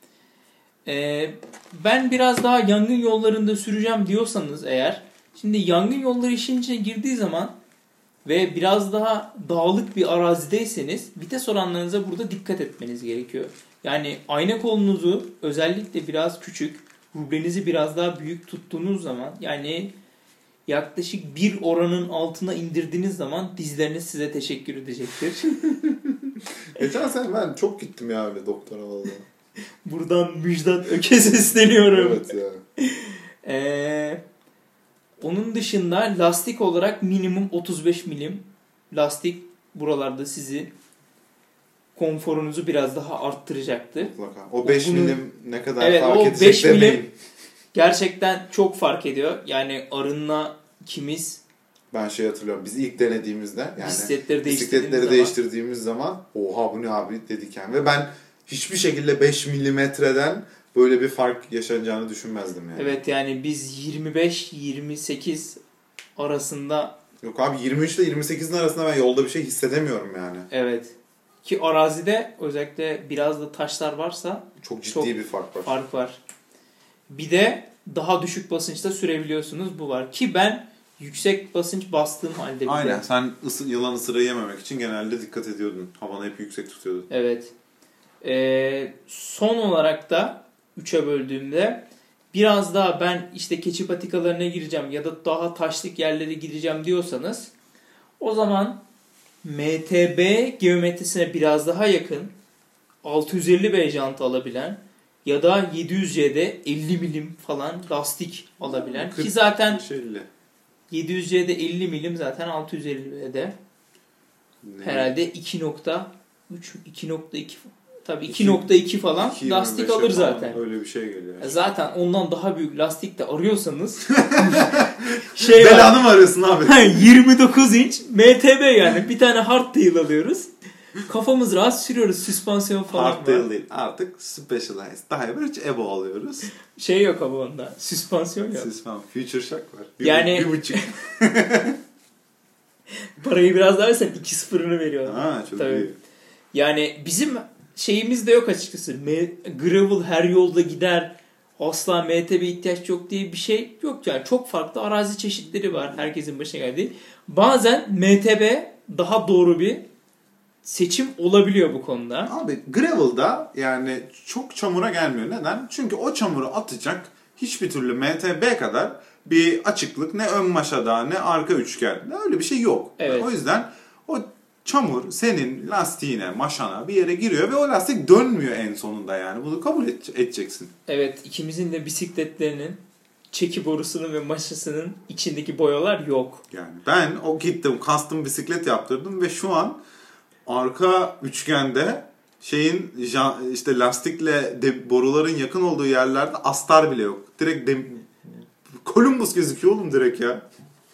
Ee, ben biraz daha yangın yollarında süreceğim diyorsanız eğer, şimdi yangın yolları işin içine girdiği zaman ve biraz daha dağlık bir arazideyseniz vites oranlarınıza burada dikkat etmeniz gerekiyor. Yani ayna kolunuzu özellikle biraz küçük, rublenizi biraz daha büyük tuttuğunuz zaman, yani yaklaşık bir oranın altına indirdiğiniz zaman dizleriniz size teşekkür edecektir. Geçen sene ben çok gittim ya öyle doktora valla. Buradan Müjdat Öke sesleniyorum. Evet ya. Ee, onun dışında lastik olarak minimum otuz beş milim lastik buralarda sizi konforunuzu biraz daha arttıracaktır. Mutlaka. O beş Bunu- milim ne kadar Evet, fark o edecek beş milim- demeyin. Gerçekten çok fark ediyor. Yani arınma ikimiz Ben şey hatırlıyorum. Biz ilk denediğimizde yani bisikletleri değiştirdiğimiz bisikletleri zaman değiştirdiğimiz zaman oha bu ne abi dedik yani. Ve ben hiçbir şekilde beş milimetreden böyle bir fark yaşanacağını düşünmezdim yani. evet, yani biz yirmi beş yirmi sekiz arasında, Yok abi yirmi üç ile yirmi sekizin arasında ben yolda bir şey hissedemiyorum yani. evet, ki arazide özellikle biraz da taşlar varsa Çok ciddi Çok bir fark var. fark var. Bir de daha düşük basınçta sürebiliyorsunuz, bu var. Ki ben yüksek basınç bastığım halde bile. Aynen. Sen ısı, yılan ısırığı yememek için genelde dikkat ediyordun. Havanı hep yüksek tutuyordun. Evet. Ee, son olarak da üçe böldüğümde biraz daha ben işte keçi patikalarına gireceğim ya da daha taşlık yerlere gideceğim diyorsanız o zaman M T B geometrisine biraz daha yakın altı yüz elli B jant alabilen ya da yedi yüz C'de elli milim falan lastik alabilen ki zaten yedi yüz C'de elli milim zaten altı yüz elli B'de herhalde iki nokta üç iki nokta iki tabii iki nokta iki falan lastik alır zaten. Öyle bir şey geliyor. Zaten ondan daha büyük lastik de arıyorsanız şey belanı mı arıyorsun abi? yirmi dokuz inç M T B yani bir tane hardtail alıyoruz. Kafamız rahat sürüyoruz. Süspansiyon falan var. Hardtail değil. Artık Specialized Diverge Evo alıyoruz. Şey yok ama onda. Süspansiyon yok. Süspan. Future Shock var. Bir, yani bir buçuk. parayı biraz daha versen iki sıfırını veriyorlar. Ha, çok tabii. iyi. Yani bizim şeyimiz de yok açıkçası. Gravel her yolda gider. Asla M T B ihtiyaç yok diye bir şey yok. Yani çok farklı arazi çeşitleri var. Herkesin başına geldiği. Bazen M T B daha doğru bir seçim olabiliyor bu konuda. Abi gravel'da yani çok çamura gelmiyor. Neden? Çünkü o çamuru atacak hiçbir türlü M T B kadar bir açıklık ne ön maşada ne arka üçgende öyle bir şey yok. Evet. O yüzden o çamur senin lastiğine, maşana bir yere giriyor ve o lastik dönmüyor en sonunda yani. Bunu kabul edeceksin. Evet, ikimizin de bisikletlerinin çeki borusunun ve maşasının içindeki boyalar yok. Yani ben o gittim custom bisiklet yaptırdım ve şu an arka üçgende şeyin işte lastikle de, boruların yakın olduğu yerlerde astar bile yok. Direkt de, Columbus gözüküyor oğlum direkt ya.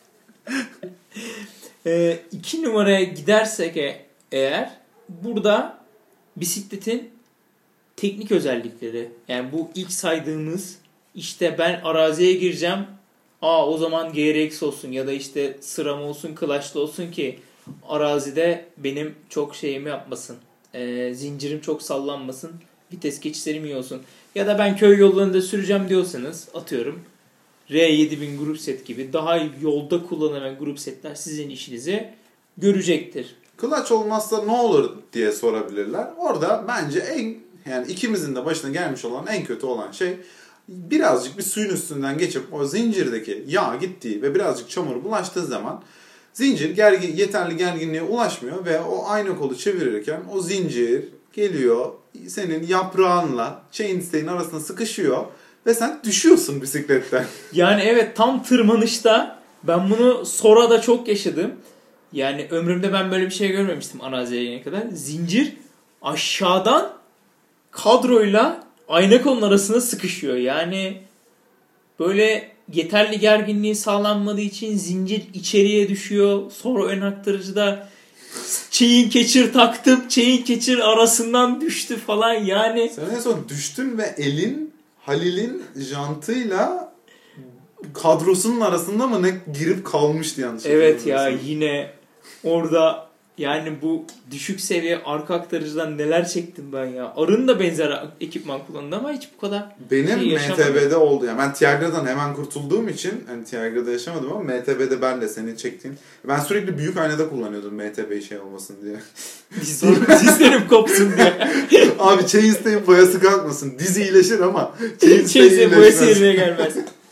e, iki numaraya gidersek e, eğer burada bisikletin teknik özellikleri. Yani bu ilk saydığımız işte ben araziye gireceğim. Aa o zaman G R X olsun ya da işte sıram olsun, clutch'lı olsun ki arazide benim çok şeyimi yapmasın. E, zincirim çok sallanmasın. Vites geçişlerim iyi olsun. Ya da ben köy yollarında süreceğim diyorsanız atıyorum R yedi bin grup set gibi daha yolda kullanılan grup setler sizin işinizi görecektir. Clutch olmazsa ne olur diye sorabilirler. Orada bence en yani ikimizin de başına gelmiş olan en kötü olan şey birazcık bir suyun üstünden geçip o zincirdeki yağ gittiği ve birazcık çamur bulaştığı zaman zincir gergin, yeterli gerginliğe ulaşmıyor ve o aynı kolu çevirirken o zincir geliyor senin yaprağınla chainstay'in arasına sıkışıyor ve sen düşüyorsun bisikletten. Yani evet tam tırmanışta ben bunu sonra da çok yaşadım. Yani ömrümde ben böyle bir şey görmemiştim araziye gelene kadar. Zincir aşağıdan kadroyla ayna kolun arasına sıkışıyor. Yani böyle yeterli gerginliği sağlanmadığı için zincir içeriye düşüyor. Sonra ön aktarıcıda chain catcher taktım. Chain catcher arasından düştü falan yani. Sen en son düştün ve elin Halil'in jantıyla kadrosunun arasında mı ne girip kalmıştı yanlış. Evet ya yine orada yani bu düşük seviye arka aktarıcıdan neler çektim ben ya. Arın da benzer ekipman kullandı ama hiç bu kadar benim şey M T B'de oldu. Yani ben Tiagra'dan hemen kurtulduğum için hani Tiagra'da yaşamadım ama M T B'de ben de senin çektiğin. Ben sürekli büyük aynada kullanıyordum M T B şey olmasın diye. dizlerim kopsun diye. Abi chainstay'in boyası kalkmasın. Dizi iyileşir ama chainstay chainstay boyası yerine gelmez.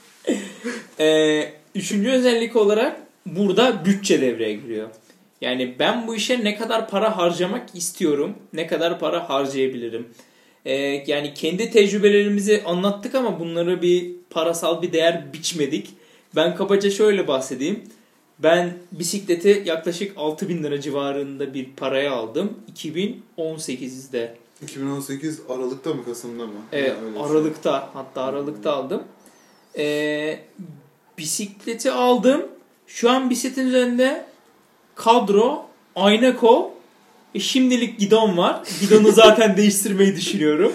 ee, üçüncü özellik olarak burada bütçe devreye giriyor. Yani ben bu işe ne kadar para harcamak istiyorum, ne kadar para harcayabilirim. Ee, yani kendi tecrübelerimizi anlattık ama bunları bir parasal bir değer biçmedik. Ben kabaca şöyle bahsedeyim. Ben bisikleti yaklaşık altı bin lira civarında bir paraya aldım. iki bin on sekizde. iki bin on sekiz Aralık'ta mı Kasım'da mı? Evet Aralık'ta şey. Hatta Aralık'ta aldım. Ee, bisikleti aldım. Şu an bisikletin üzerinde kadro, ayna kol, e şimdilik gidon var. Gidonu zaten değiştirmeyi düşünüyorum.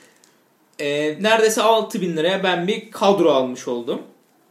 Ee, neredeyse altı bin liraya ben bir kadro almış oldum.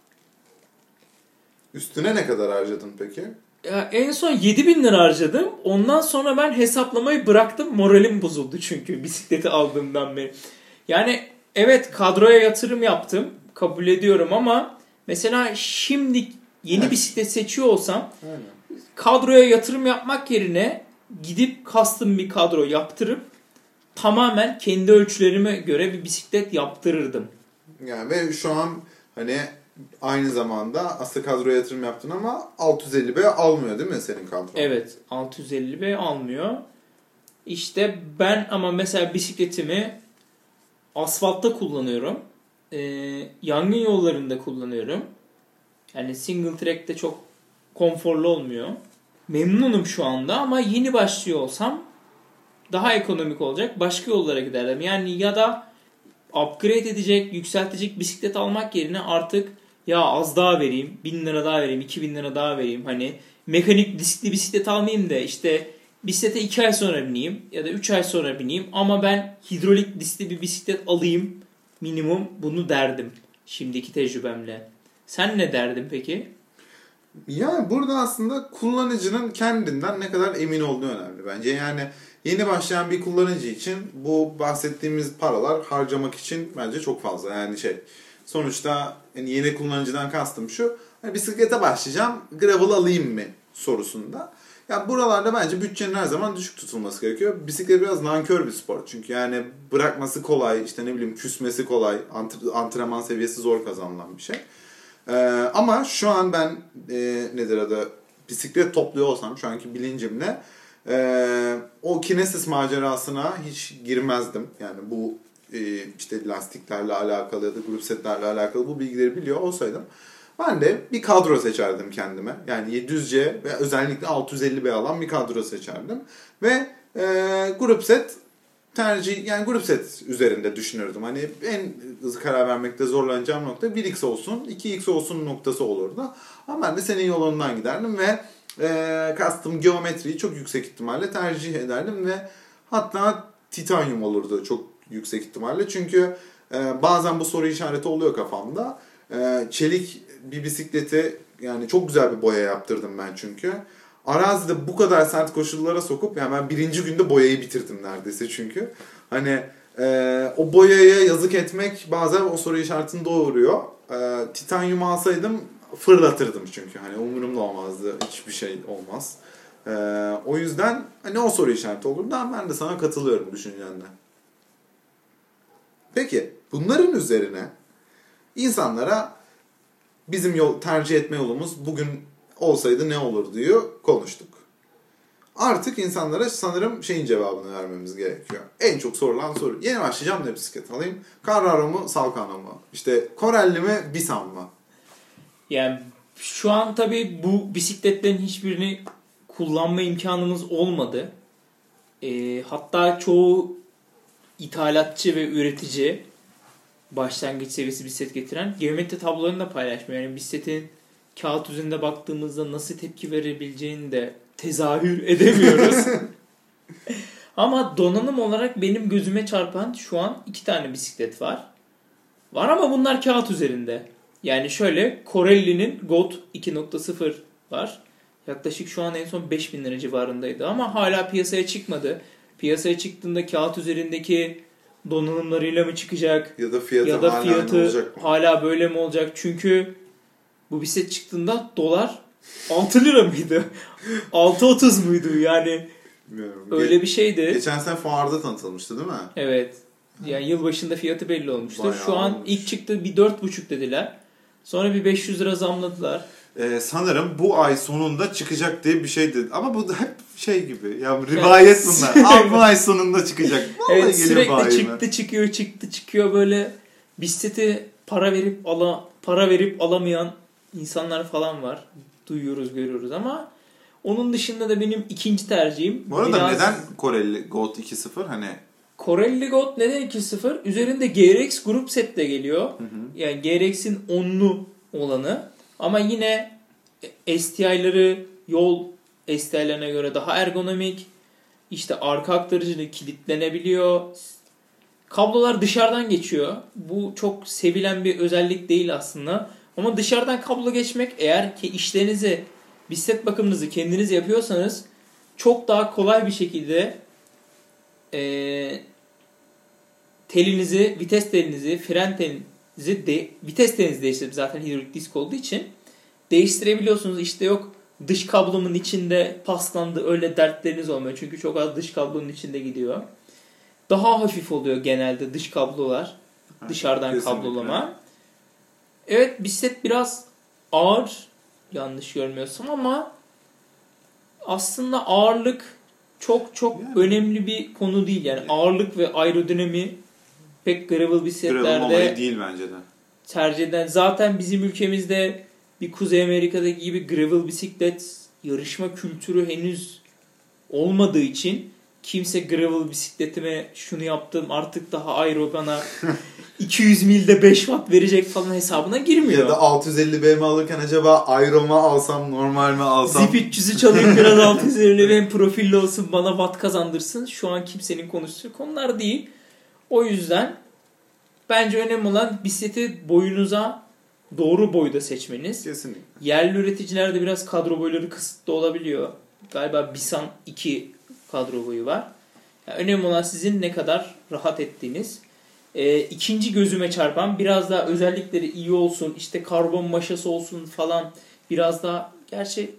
Üstüne ne kadar harcadın peki? Ya en son yedi bin lira harcadım. Ondan sonra ben hesaplamayı bıraktım. Moralim bozuldu çünkü bisikleti aldığımdan beri. Yani evet kadroya yatırım yaptım. Kabul ediyorum ama mesela şimdi yeni evet. bisiklet seçiyor olsam aynen. Kadroya yatırım yapmak yerine gidip custom bir kadro yaptırıp tamamen kendi ölçülerime göre bir bisiklet yaptırırdım. Yani ve şu an hani aynı zamanda aslında kadroya yatırım yaptın ama altı yüz elli B almıyor değil mi senin kadron? Evet, altı yüz elli B almıyor. İşte ben ama mesela bisikletimi asfaltta kullanıyorum. Ee, yangın yollarında kullanıyorum. Yani single track'te çok konforlu olmuyor. Memnunum şu anda ama yeni başlıyor olsam daha ekonomik olacak. Başka yollara giderdim. Yani ya da upgrade edecek, yükseltecek bisiklet almak yerine artık ya az daha vereyim, bin lira daha vereyim, iki bin lira daha vereyim. Hani mekanik diskli bisiklet almayayım da işte bisiklete iki ay sonra bineyim ya da üç ay sonra bineyim. Ama ben hidrolik diskli bir bisiklet alayım minimum, bunu derdim şimdiki tecrübemle. Sen ne derdin peki? Yani burada aslında kullanıcının kendinden ne kadar emin olduğu önemli bence. Yani yeni başlayan bir kullanıcı için bu bahsettiğimiz paralar harcamak için bence çok fazla. Yani şey sonuçta yani yeni kullanıcıdan kastım şu. Hani bisiklete başlayacağım, gravel alayım mı sorusunda. Yani buralarda bence bütçenin her zaman düşük tutulması gerekiyor. Bisiklet biraz nankör bir spor çünkü yani bırakması kolay, işte ne bileyim küsmesi kolay, antrenman seviyesi zor kazanılan bir şey. Ee, ama şu an ben e, nedir adı bisiklet topluyor olsam şu anki bilincimle e, o Kinesis macerasına hiç girmezdim. Yani bu e, işte lastiklerle alakalı ya da grup setlerle alakalı bu bilgileri biliyor olsaydım ben de bir kadro seçerdim kendime. Yani yedi yüz C ve özellikle altı yüz elli B alan bir kadro seçerdim. Ve e, grup set tercih, yani grup set üzerinde düşünürdüm. Hani en hızlı karar vermekte zorlanacağım nokta bir x olsun, iki x olsun noktası olurdu. Ama ben de senin yolundan giderdim ve e, custom geometriyi çok yüksek ihtimalle tercih ederdim ve hatta titanyum olurdu çok yüksek ihtimalle. Çünkü e, bazen bu soru işareti oluyor kafamda. E, çelik bir bisikleti yani çok güzel bir boya yaptırdım ben çünkü. Arazide bu kadar sert koşullara sokup yani ben birinci günde boyayı bitirdim neredeyse çünkü. Hani e, o boyaya yazık etmek bazen o soru işaretini doğuruyor. E, titanyum alsaydım fırlatırdım çünkü. Hani umurumda olmazdı. Hiçbir şey olmaz. E, o yüzden hani o soru işareti olurdu ama ben de sana katılıyorum düşüncenle. Peki bunların üzerine insanlara bizim yol tercih etme yolumuz bugün olsaydı ne olur diyor konuştuk. Artık insanlara sanırım şeyin cevabını vermemiz gerekiyor. En çok sorulan soru. Yeni başlayacağım ne bisiklet alayım? Carraro mu, Salkano mu? İşte Corelli mi, Bisan mı? Yani şu an tabii bu bisikletlerin hiçbirini kullanma imkanımız olmadı. E, hatta çoğu ithalatçı ve üretici başlangıç seviyesi bisiklet getiren geometri tablolarını da paylaşmıyor. Yani bisikletin kağıt üzerinde baktığımızda nasıl tepki verebileceğini de tezahür edemiyoruz. Ama donanım olarak benim gözüme çarpan şu an iki tane bisiklet var. Var ama bunlar kağıt üzerinde. Yani şöyle Corelli'nin Goat iki nokta sıfır var. Yaklaşık şu an en son beş bin lira civarındaydı ama hala piyasaya çıkmadı. Piyasaya çıktığında kağıt üzerindeki donanımlarıyla mı çıkacak? Ya da fiyatı, ya da hala, fiyatı olacak mı? hala böyle mi olacak? Çünkü bu bisiklet çıktığında dolar altı lira mıydı? altı otuz muydu? Yani bilmiyorum. öyle bir şeydi. Geçen sene fuarda tanıtılmıştı değil mi? Evet. Yani yılbaşında fiyatı belli olmuştu. Bayağı Şu an olmuş. ilk çıktı bir dört buçuk dediler. Sonra bir beş yüz lira zamladılar. Ee, sanırım bu ay sonunda çıkacak diye bir şeydi. Ama bu da hep şey gibi. Ya rivayet bunlar. Abi bu ay sonunda çıkacak. Vallahi Evet, sürekli bayime. çıktı çıkıyor çıktı çıkıyor böyle bisikleti para verip ala para verip alamayan insanlar falan var. Duyuyoruz, görüyoruz ama onun dışında da benim ikinci tercihim Bu arada biraz... neden Corelli Goat iki sıfır hani? Corelli Goat neden iki sıfır? Üzerinde G R X grup set de geliyor. Hı hı. Yani G R X'in onlu olanı. Ama yine S T I'ları yol S T I'lerine göre daha ergonomik. İşte arka aktarıcı kilitlenebiliyor. Kablolar dışarıdan geçiyor. Bu çok sevilen bir özellik değil aslında. Ama dışarıdan kablo geçmek, eğer ki işlerinizi, bisiklet bakımınızı kendiniz yapıyorsanız çok daha kolay bir şekilde e, telinizi, vites telinizi, fren telinizi, de, vites telinizi değiştirip zaten hidrolik disk olduğu için değiştirebiliyorsunuz. İşte yok dış kablomun içinde paslandı, öyle dertleriniz olmuyor. Çünkü çok az dış kablonun içinde gidiyor. Daha hafif oluyor genelde dış kablolar. dışarıdan kesinlikle. kablolama. Evet, bisiklet biraz ağır, yanlış görmüyorsam, ama aslında ağırlık çok çok Yani. önemli bir konu değil. Yani ağırlık ve aerodinami pek gravel Gravel bisikletlerde olayı değil bence de. tercih eden. Zaten bizim ülkemizde bir Kuzey Amerika'daki gibi gravel bisiklet yarışma kültürü henüz olmadığı için kimse gravel bisikletime şunu yaptım artık daha aero bana iki yüz milde beş watt verecek falan hesabına girmiyor. Ya da altı yüz elli B M alırken acaba Aero mu alsam, normal mi alsam? Zip üç yüzü çalayım biraz altı yüz elli benim profilli olsun, bana watt kazandırsın. Şu an kimsenin konuştuğu konular değil. O yüzden bence önemli olan bisikleti boyunuza doğru boyda seçmeniz. Kesinlikle. Yerli üreticilerde biraz kadro boyları kısıtlı olabiliyor. Galiba Bisan iki kadro boyu var. Yani önemli olan sizin ne kadar rahat ettiğiniz. Ee, ikinci gözüme çarpan biraz daha özellikleri iyi olsun, işte karbon maşası olsun falan, biraz daha, gerçi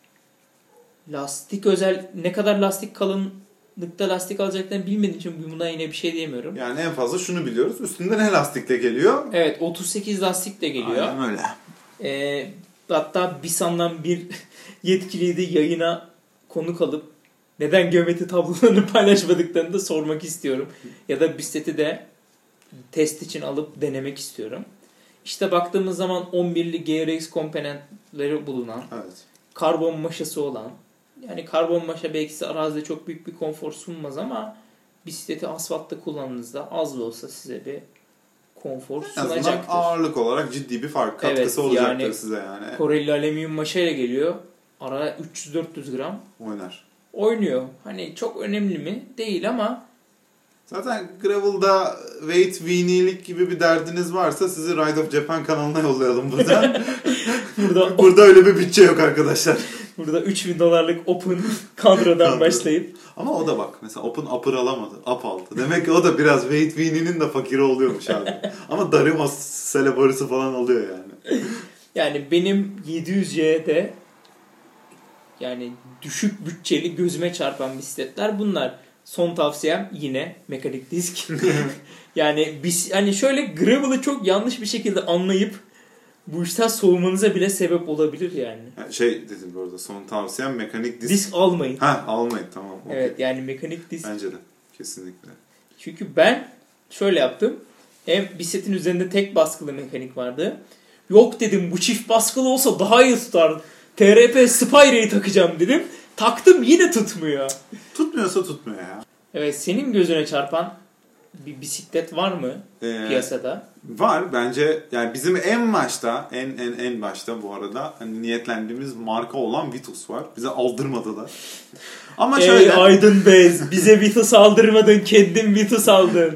lastik özel, ne kadar lastik kalınlıkta lastik alacaklarını bilmediğim için buna yine bir şey diyemiyorum. Yani en fazla şunu biliyoruz. Üstünde ne lastikle geliyor? Evet, otuz sekiz lastik de geliyor. Aynen öyle. Ee, hatta Bisan'dan bir yetkiliyi de yayına konuk alıp neden geometri tablolarını paylaşmadıklarını da sormak istiyorum. Ya da bisikleti de test için alıp denemek istiyorum. İşte baktığımız zaman on birli G R X komponentleri bulunan, Evet. karbon maşası olan, yani karbon maşa belki arazide çok büyük bir konfor sunmaz ama bisikleti asfaltta kullandığınızda az da olsa size bir konfor En azından sunacaktır. ağırlık olarak ciddi bir fark katkısı Evet, olacaktır yani size yani. Koreli alüminyum maşayla geliyor. Araya üç yüz dört yüz gram Oynar. oynuyor. Hani çok önemli mi? Değil ama Zaten Gravel'da weight weenilik gibi bir derdiniz varsa sizi Ride of Japan kanalına yollayalım buradan. burada Burada öyle bir bütçe yok arkadaşlar. burada üç bin dolarlık open kadrodan başlayıp Ama o da bak mesela Open Upper alamadı. Up aldı. Demek ki o da biraz weight weaning'in de fakiri oluyormuş abi. Ama Darius Celeborus'u falan oluyor yani. yani benim yedi yüz C'de yani düşük bütçeli gözüme çarpan bisikletler bunlar. Son tavsiyem yine mekanik disk. Yani biz hani şöyle gravel'ı çok yanlış bir şekilde anlayıp bu işten soğumanıza bile sebep olabilir yani. yani şey dedim bu arada son tavsiyem mekanik disk. Disk almayın. Ha almayın tamam. Okay. Evet yani mekanik disk. Bence de kesinlikle. Çünkü ben şöyle yaptım. Hem bisikletin üzerinde tek baskılı mekanik vardı. Yok dedim bu çift baskılı olsa daha iyi tutar. T R P Spyre'yi takacağım dedim. Taktım yine tutmuyor. Tutmuyorsa tutmuyor ya. Evet, senin gözüne çarpan bir bisiklet var mı Ee, piyasada? Var bence yani bizim en başta en en en başta bu arada hani niyetlendiğimiz marka olan Vitus var. Bize aldırmadılar. Ama Ey şöyle Aydın Bez, bize Vitus aldırmadın, kendin Vitus aldın.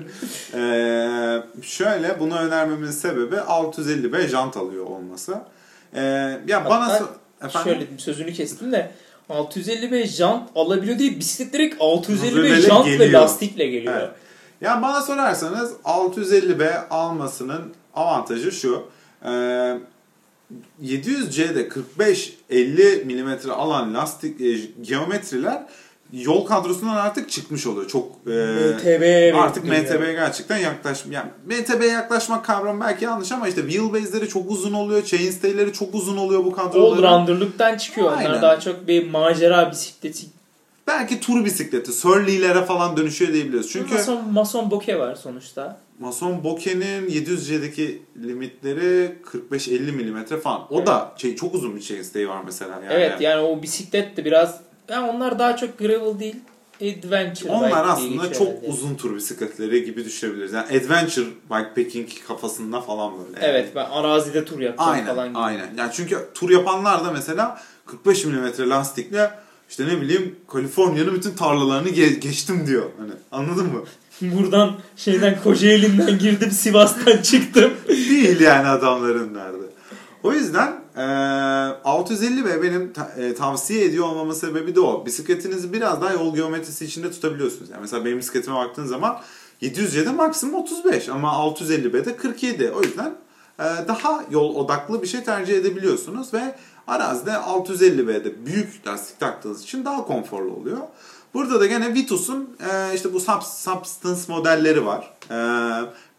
Ee, şöyle bunu önermemin sebebi altı yüz elli B jant alıyor olması. Ee, ya bana Hatta so- efendim şöyle diyeyim, sözünü kestim de altı yüz elli B jant alabiliyor değil, bisiklet direkt altı yüz elli B altı yüz elli jant ve geliyor. lastikle geliyor. Evet. Ya bana sorarsanız altı yüz elli B almasının avantajı şu. Ee, yedi yüz C'de kırk beş elli milimetre alan lastik e, geometriler yol kadrosundan artık çıkmış oluyor. Çok e, M T B'ye artık geliyor. M T B'ye gerçekten yaklaş yani M T B'ye yaklaşmak kavramı belki yanlış ama işte wheelbase'leri çok uzun oluyor, chainstay'leri çok uzun oluyor bu kadroların. Allrounder'lıktan çıkıyor. Onlar Aynen. daha çok bir macera bisikleti. Belki tur bisikleti, Surly'lere falan dönüşüyor diyebiliyoruz. Çünkü Mason, Mason Bokeh var sonuçta. Mason Bokeh'nin yedi yüz C'deki limitleri kırk beş elli milimetre falan. O Evet. da şey çok uzun bir chainstay var mesela yani. Evet yani o bisiklet de biraz, yani onlar daha çok gravel değil, adventure Onlar bike diye aslında geçiyor çok herhalde. uzun tur bisikletleri gibi düşünebiliriz. Yani adventure bikepacking kafasında falan böyle. Evet, ben arazide tur yapacağım Aynen, falan gibi. aynen. Yani çünkü tur yapanlar da mesela kırk beş milimetre lastikle işte ne bileyim Kaliforniya'nın bütün tarlalarını ge- geçtim diyor. Hani anladın mı? Buradan şeyden Kocaeli'nden girdim, Sivas'tan çıktım. Değil yani adamların nerede. O yüzden e, altı yüz elli B benim ta- e, tavsiye ediyor olmamın sebebi de o. Bisikletinizi biraz daha yol geometrisi içinde tutabiliyorsunuz. Yani mesela benim bisikletime baktığın zaman yedi yüz C'de maksimum otuz beş ama altı yüz elli B'de kırk yedi. O yüzden e, daha yol odaklı bir şey tercih edebiliyorsunuz ve arazide altı yüz elli B'de büyük lastik taktığınız için daha konforlu oluyor. Burada da gene Vitus'un e, işte bu sub- Substance modelleri var. E,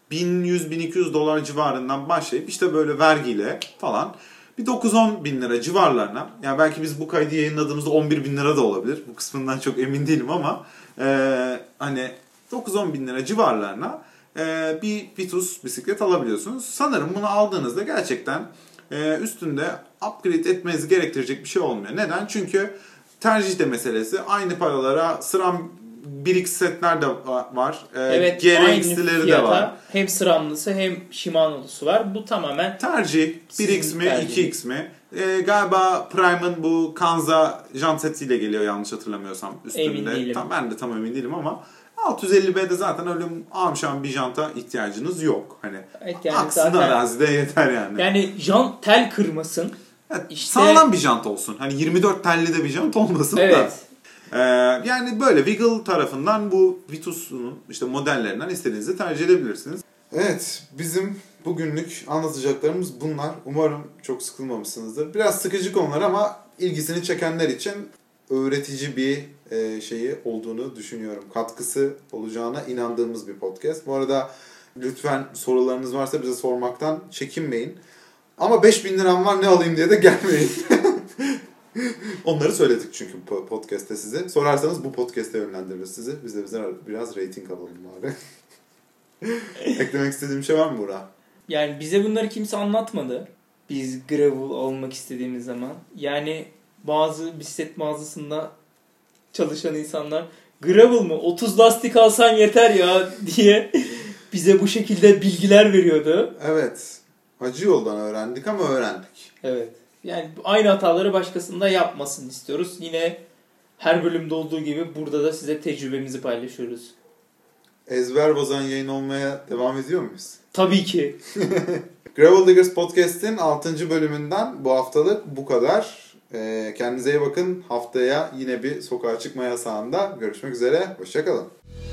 bin yüz bin iki yüz dolar civarından başlayıp işte böyle vergiyle falan bir dokuz on bin lira civarlarına, yani belki biz bu kaydı yayınladığımızda on bir bin lira da olabilir. Bu kısmından çok emin değilim ama e, hani dokuz on bin lira civarlarına e, bir Vitus bisiklet alabiliyorsunuz. Sanırım bunu aldığınızda gerçekten e, üstünde upgrade etmenizi gerektirecek bir şey olmuyor. Neden? Çünkü tercih de meselesi. Aynı paralara SRAM bir x setler de var. E, Evet, G R aynı X'leri de fiyata var. hem SRAM'lısı hem Shimano'lusu var. Bu tamamen Tercih bir x mi tercih. iki x mi? Ee, galiba Prime'ın bu Kanza jant setiyle geliyor yanlış hatırlamıyorsam üstünde. Emin değilim. Tam, ben de tam emin değilim ama altı yüz elli B'de zaten öyle amşan bir janta ihtiyacınız yok. Hani Evet, yani aksın zaten- arazide yeter yani. yani jant tel kırmasın. Evet, işte- Sağlam bir jant olsun. Hani yirmi dört telli de bir jant olmasın da. Evet. Ee, yani böyle Wiggle tarafından bu Vitus'un işte modellerinden istediğinizi tercih edebilirsiniz. Evet, bizim bugünlük anlatacaklarımız bunlar. Umarım çok sıkılmamışsınızdır. Biraz sıkıcı konular ama ilgisini çekenler için öğretici bir e, şeyi olduğunu düşünüyorum. Katkısı olacağına inandığımız bir podcast. Bu arada lütfen sorularınız varsa bize sormaktan çekinmeyin. Ama beş bin liram var ne alayım diye de gelmeyin. Onları söyledik çünkü podcast'te size. Sorarsanız bu podcast'e yönlendiririz sizi. Biz de bize biraz rating alalım bari. Eklemek istediğim şey var mı Burak? Yani bize bunları kimse anlatmadı. Biz gravel almak istediğimiz zaman. Yani bazı bisiklet mağazasında çalışan insanlar gravel mı? otuz lastik alsan yeter ya diye bize bu şekilde bilgiler veriyordu. Evet. Acı yoldan öğrendik ama öğrendik. Evet. Yani aynı hataları başkasında yapmasın istiyoruz. Yine her bölümde olduğu gibi burada da size tecrübemizi paylaşıyoruz. Ezber bozan yayın olmaya devam ediyor muyuz? Tabii ki. Gravel Diggers Podcast'in altıncı bölümünden bu haftalık bu kadar. Ee, kendinize iyi bakın. Haftaya yine bir sokağa çıkma yasağında görüşmek üzere. Hoşça kalın.